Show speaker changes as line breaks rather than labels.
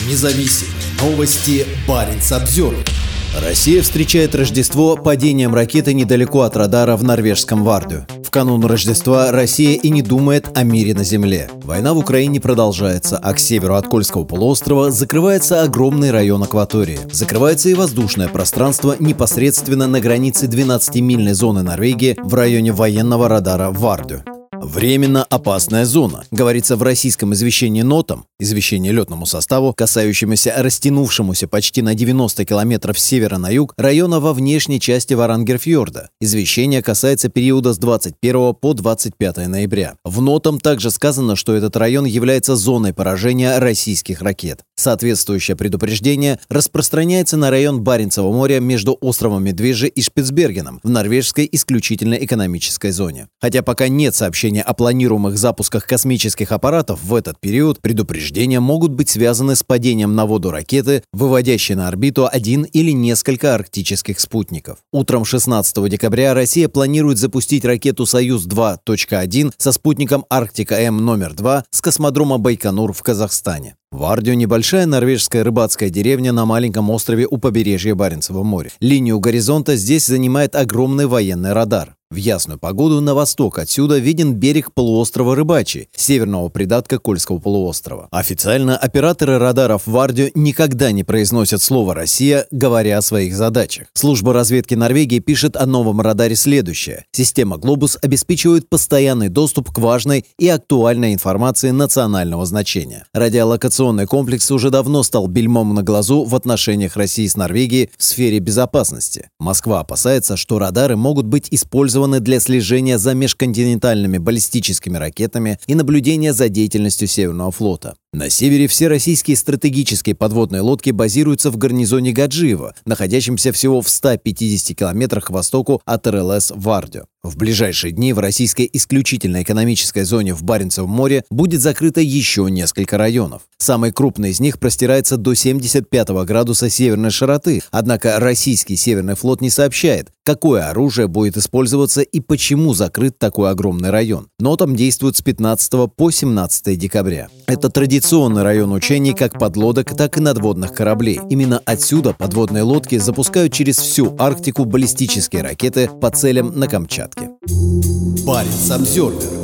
Независимые новости. Баренц-Обзервер.
Россия встречает Рождество падением ракеты недалеко от радара в норвежском Вардю. В канун Рождества Россия и не думает о мире на земле. Война в Украине продолжается, а к северу от Кольского полуострова закрывается огромный район акватории. Закрывается и воздушное пространство непосредственно на границе 12-мильной зоны Норвегии в районе военного радара Вардю. Временно опасная зона, говорится в российском извещении НОТАМ, извещении летному составу, касающемуся растянувшемуся почти на 90 километров с севера на юг района во внешней части Варангерфьорда. Извещение касается периода с 21 по 25 ноября. В НОТАМ также сказано, что этот район является зоной поражения российских ракет. Соответствующее предупреждение распространяется на район Баренцева моря между островом Медвежий и Шпицбергеном в норвежской исключительной экономической зоне. Хотя пока нет сообщения о планируемых запусках космических аппаратов в этот период, предупреждения могут быть связаны с падением на воду ракеты, выводящей на орбиту один или несколько арктических спутников. Утром 16 декабря Россия планирует запустить ракету «Союз-2.1» со спутником «Арктика-М номер 2» с космодрома Байконур в Казахстане. Вардю – небольшая норвежская рыбацкая деревня на маленьком острове у побережья Баренцева моря. Линию горизонта здесь занимает огромный военный радар. В ясную погоду на восток отсюда виден берег полуострова Рыбачий, северного придатка Кольского полуострова. Официально операторы радаров Вардю никогда не произносят слово «Россия», говоря о своих задачах. Служба разведки Норвегии пишет о новом радаре следующее. Система «Глобус» обеспечивает постоянный доступ к важной и актуальной информации национального значения. Радиолокационный комплекс уже давно стал бельмом на глазу в отношениях России с Норвегией в сфере безопасности. Москва опасается, что радары могут быть использованы для слежения за межконтинентальными баллистическими ракетами и наблюдения за деятельностью Северного флота. На севере все российские стратегические подводные лодки базируются в гарнизоне Гаджиево, находящемся всего в 150 километрах к востоку от РЛС Вардю. В ближайшие дни в российской исключительной экономической зоне в Баренцевом море будет закрыто еще несколько районов. Самый крупный из них простирается до 75 градуса северной широты, однако российский Северный флот не сообщает, какое оружие будет использоваться и почему закрыт такой огромный район. НОТАМ действует с 15 по 17 декабря. Это традиционный район учений как подлодок, так и надводных кораблей. Именно отсюда подводные лодки запускают через всю Арктику баллистические ракеты по целям на Камчатке.
Баренц-Обзервер.